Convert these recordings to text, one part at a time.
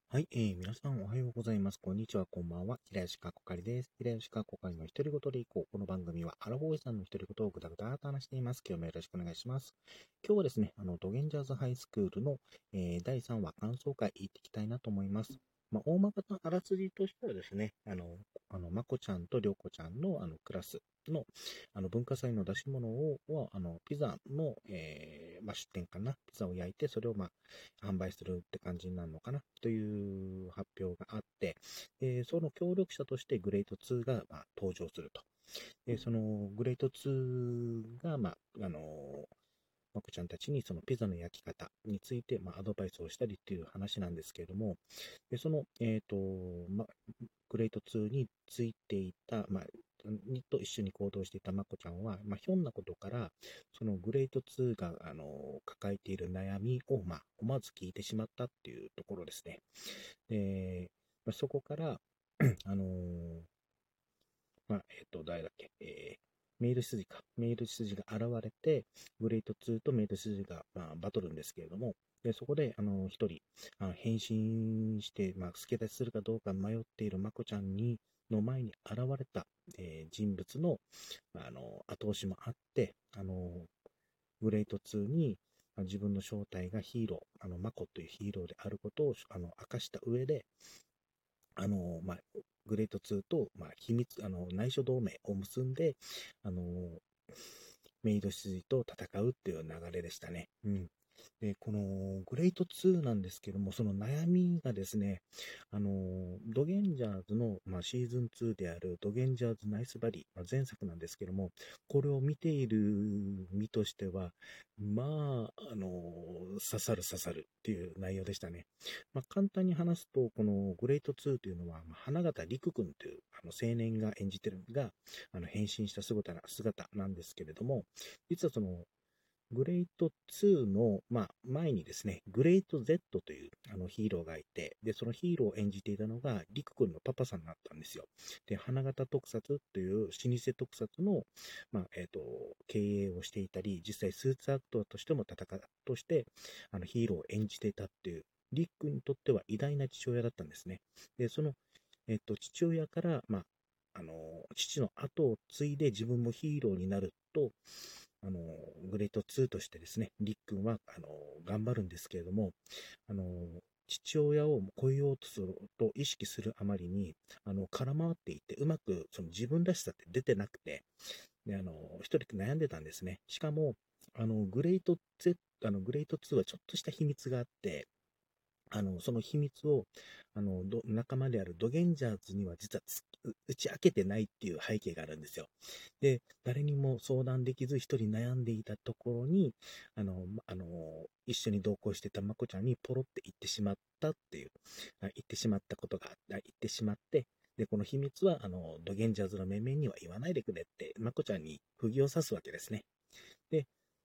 はい、皆さんおはようございます。こんにちは、こんばんは。平吉かこかりです。平吉かこかりの独り言でいこう。この番組はアラフォーさんの独り言をぐだぐだと話しています。今日もよろしくお願いします。今日はですね、ドゲンジャーズハイスクールの、第3話感想会行っていきたいなと思います。大まかなあらすじとしてはですね、まこちゃんとりょうこちゃんの、クラスの、文化祭の出し物ピザの、出店かな。ピザを焼いて、それを、販売するって感じになるのかなという発表があって、その協力者としてグレート2が、登場すると。そのグレート2が、まこちゃんたちにそのピザの焼き方について、アドバイスをしたりっていう話なんですけれども、でその、グレート2についていた、と一緒に行動していたまこちゃんは、ひょんなことから、そのグレート2が、抱えている悩みを、思わず聞いてしまったっていうところですね。で、そこから、あのー誰だっけ、メイド羊か。メイド羊が現れて、グレート2とメイド羊が、バトるんですけれども、でそこで、一人、変身して、助け出しするかどうか迷っているまこちゃんの前に現れた、人物の、後押しもあって、グレート2に、自分の正体がヒーロー、マコというヒーローであることを明かした上で、あの、まあ、グレート2と、秘密、内緒同盟を結んで、あの、メイド羊と戦うっていう流れでしたね。うん。で、このグレート2なんですけども、その悩みがですね、ドゲンジャーズの、シーズン2であるドゲンジャーズナイスバディ、前作なんですけども、これを見ている身としては、刺さるっていう内容でしたね。簡単に話すと、このグレート2というのは、花形陸君という青年が演じてるのが、変身した姿なんですけれども、実はそのグレート2の、前にですね、グレート Z というヒーローがいて、で、そのヒーローを演じていたのが、リク君のパパさんだったんですよ。で、花形特撮という老舗特撮の、経営をしていたり、実際スーツアクターとしてもとして、ヒーローを演じていたっていう、リックにとっては偉大な父親だったんですね。で、その、父親から、父の後を継いで自分もヒーローになると、あの、グレート2としてですね、リックンは、頑張るんですけれども、あの、父親を超えようとすると意識するあまりに、空回っていて、うまくその自分らしさって出てなくて、で、一人悩んでたんですね。しかも、グレート2はちょっとした秘密があって、その秘密を、仲間であるドゲンジャーズには実は打ち明けてないっていう背景があるんですよ。で、誰にも相談できず一人悩んでいたところに、一緒に同行してたまこちゃんにポロって言ってしまったっていう、言ってしまったことが言ってしまって、で、この秘密は、ドゲンジャーズの面々には言わないでくれって、まこちゃんに釘を刺すわけですね。で、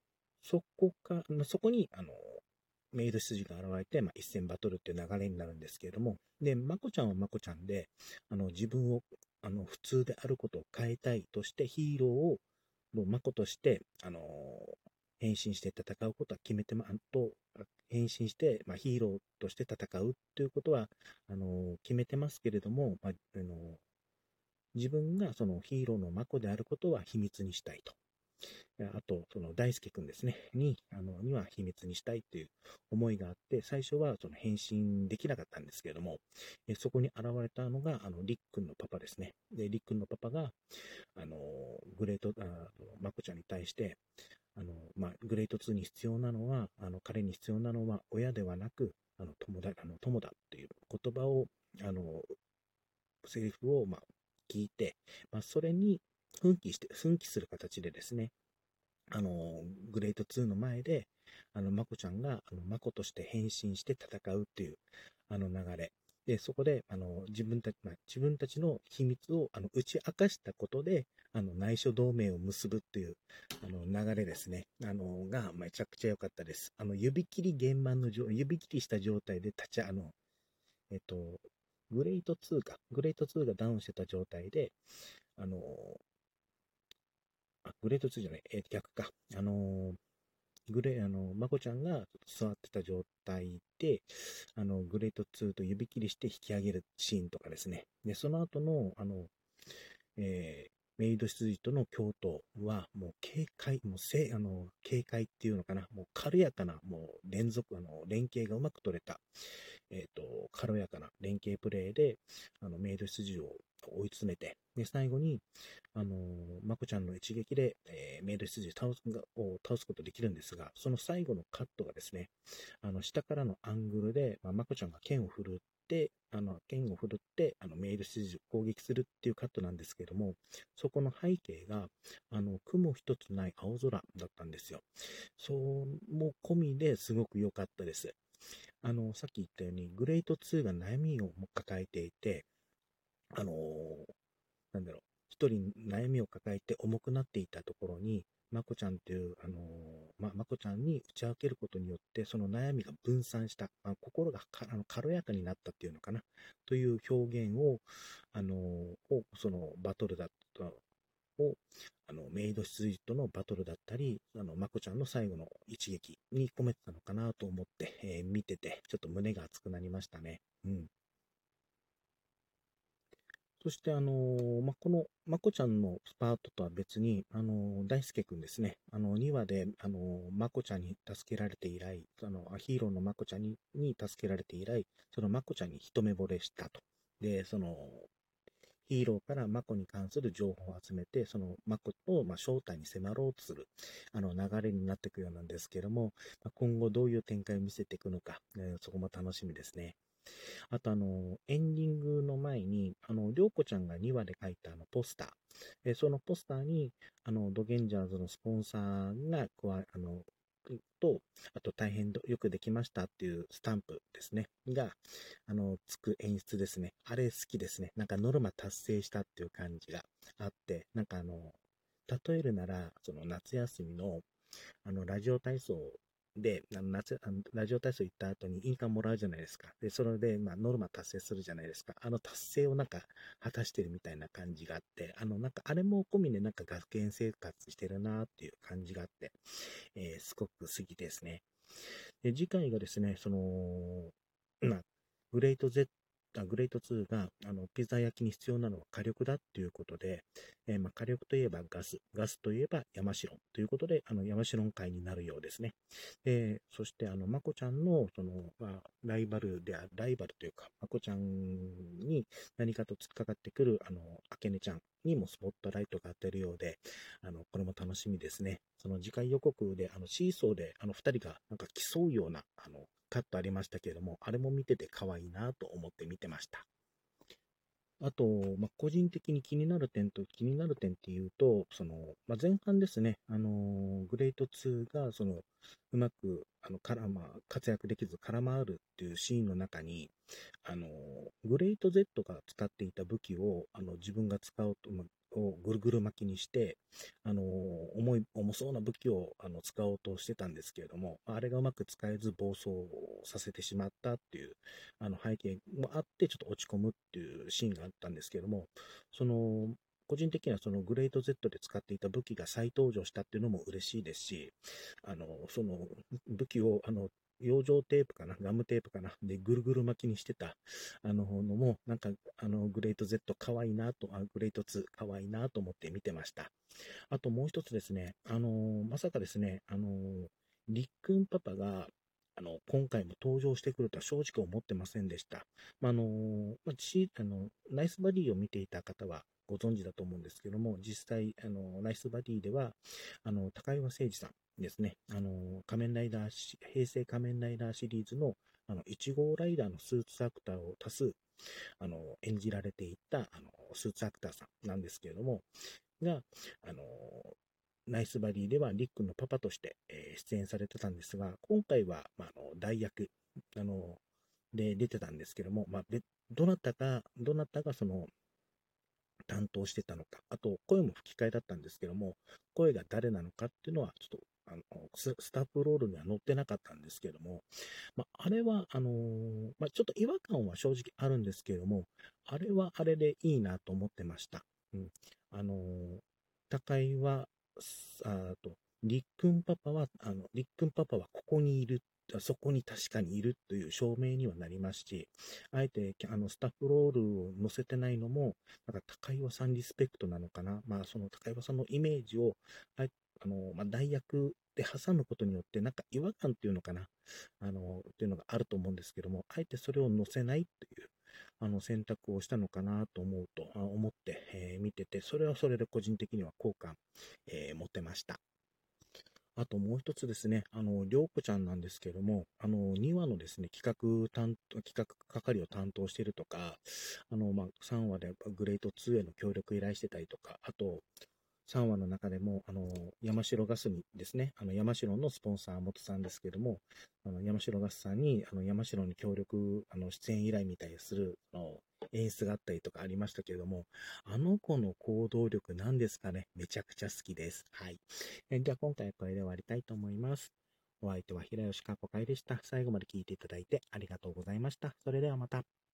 そこに、メイド羊が現れて、一戦バトルっていう流れになるんですけれども、で、まこちゃんはまこちゃんで、自分を、普通であることを変えたいとして、ヒーローを、もうまことして、変身して戦うことは決めて変身して、ヒーローとして戦うということは、決めてますけれども、自分がそのヒーローのまこであることは秘密にしたいと。あと、その大輔くんですね、には秘密にしたいっていう思いがあって、最初はその返信できなかったんですけれども、そこに現れたのが、りっくんのパパですね。で、りっくんのパパが、あの、グレート、まこちゃんに対して、グレート2に必要なのは、彼に必要なのは親ではなく、友だっていう言葉を、あの、セリフを、聞いて、それに奮起する形でですね、グレート2の前で、まこちゃんが、まことして変身して戦うっていう、流れ。で、そこで、自分たちの秘密を、打ち明かしたことで、内緒同盟を結ぶっていう、流れですね。が、めちゃくちゃ良かったです。指切りした状態でえっと、グレート2がダウンしてた状態で、あの、グレート2じゃない、逆か。 まこちゃんが座ってた状態で、グレート2と指切りして引き上げるシーンとかですね。で、その後の、メイド羊との共闘は、もう軽快、もうせ、あの、軽快っていうのかな、もう軽やかな、もう連携がうまく取れた、軽やかな連携プレーで、メイド羊を追い詰めて、で、最後に、まこちゃんの一撃で、メイド羊を倒すことできるんですが、その最後のカットがですね、下からのアングルで、まこちゃんが剣を振るって、メイド羊を攻撃するっていうカットなんですけども、そこの背景が、雲一つない青空だったんですよ。そうも込みですごく良かったです。さっき言ったように、グレート2が悩みを抱えていて、あのなんだろう、一人悩みを抱えて重くなっていたところに、まこちゃんっていう、まこちゃんに打ち明けることによって、その悩みが分散した、心が軽やかになったっていうのかな、という表現を、そのバトルだったを、メイド羊とのバトルだったり、まこちゃんの最後の一撃に込めてたのかなと思って、見てて、ちょっと胸が熱くなりましたね。うん。そして、この、まこちゃんのパートとは別に、大輔くんですね。2話で、まこちゃんに助けられて以来、ヒーローのまこちゃんに助けられて以来、そのまこちゃんに一目惚れしたと。で、ヒーローからマコに関する情報を集めて、そのマコを、正体に迫ろうとする、流れになっていくようなんですけども、今後どういう展開を見せていくのか、そこも楽しみですね。あとエンディングの前に、りょうこちゃんが2話で書いたポスター、そのポスターに、ドゲンジャーズのスポンサーがあと大変よくできましたっていうスタンプですね、が、つく演出ですね。あれ好きですね。なんかノルマ達成したっていう感じがあって、なんか例えるなら、その夏休みのラジオ体操で、ラジオ体操行った後に印鑑もらうじゃないですか。で、それで、ノルマ達成するじゃないですか。達成をなんか、果たしてるみたいな感じがあって、なんか、あれも込みでなんか学園生活してるなっていう感じがあって、すごく好きですね。で、次回がですね、まあ、グレート Z、グレート2が、ピザ焼きに必要なのは火力だっていうことで、火力といえばガスといえば山城ということで、山城会になるようですね。そして、まこちゃんの、ライバルというか、まこちゃんに何かと突っかかってくる、あけねちゃんにもスポットライトが当てるようで、これも楽しみですね。その次回予告で、シーソーで、二人がなんか競うような、カットありましたけれども、あれも見てて可愛いなと思って見てました。あと、個人的に気になる点っていうと、前半ですね、グレート2が、うまく、活躍できず空回るっていうシーンの中に、グレート Z が使っていた武器を、自分が使おうと、をぐるぐる巻きにして、重そうな武器を使おうとしてたんですけれども、あれがうまく使えず暴走させてしまったっていう背景もあって、ちょっと落ち込むっていうシーンがあったんですけれども、その、個人的にはそのグレート Z で使っていた武器が再登場したっていうのも嬉しいですし、その武器を養生テープかな、ガムテープかな、で、ぐるぐる巻きにしてた、のも、なんか、グレート Z 可愛いなと、グレート2可愛いなと思って見てました。あともう一つですね、まさかですね、りっくんパパが、今回も登場してくるとは正直思ってませんでした。まあ、ナイスバディを見ていた方はご存知だと思うんですけども、実際、ナイスバディでは、高岩誠二さんですね、平成仮面ライダーシリーズの、1号ライダーのスーツアクターを多数、演じられていた、スーツアクターさんなんですけれども、が、あの、ナイスバディではリックのパパとして、出演されてたんですが、今回は、代役、で出てたんですけども、どなたが担当してたのか、あと声も吹き替えだったんですけども、声が誰なのかっていうのは、ちょっと、スタッフロールには載ってなかったんですけども、あれは、ちょっと違和感は正直あるんですけれども、あれはあれでいいなと思ってました。うん。高井は、 りっくんパパはここにいる、そこに確かにいるという証明にはなりますし、あえて、スタッフロールを載せてないのも、なんか高岩さんリスペクトなのかな。まあ、その高岩さんのイメージを、あえ代役で挟むことによって、なんか違和感っていうのかな。っていうのがあると思うんですけども、あえてそれを載せないっていう、選択をしたのかなと思って、見てて、それはそれで個人的には好感、持てました。あともう一つですね、りょうこちゃんなんですけども、2話のですね、企画係を担当しているとか、3話でグレート2への協力依頼してたりとか、あと、3話の中でも、山城ガスにですね、山城のスポンサー元さんですけども、山城ガスさんに、山城に協力、出演依頼みたいにする、演出があったりとかありましたけれども、あの子の行動力なんですかね、めちゃくちゃ好きです。はい。では今回はこれで終わりたいと思います。お相手は平吉かこかいでした。最後まで聞いていただいてありがとうございました。それではまた。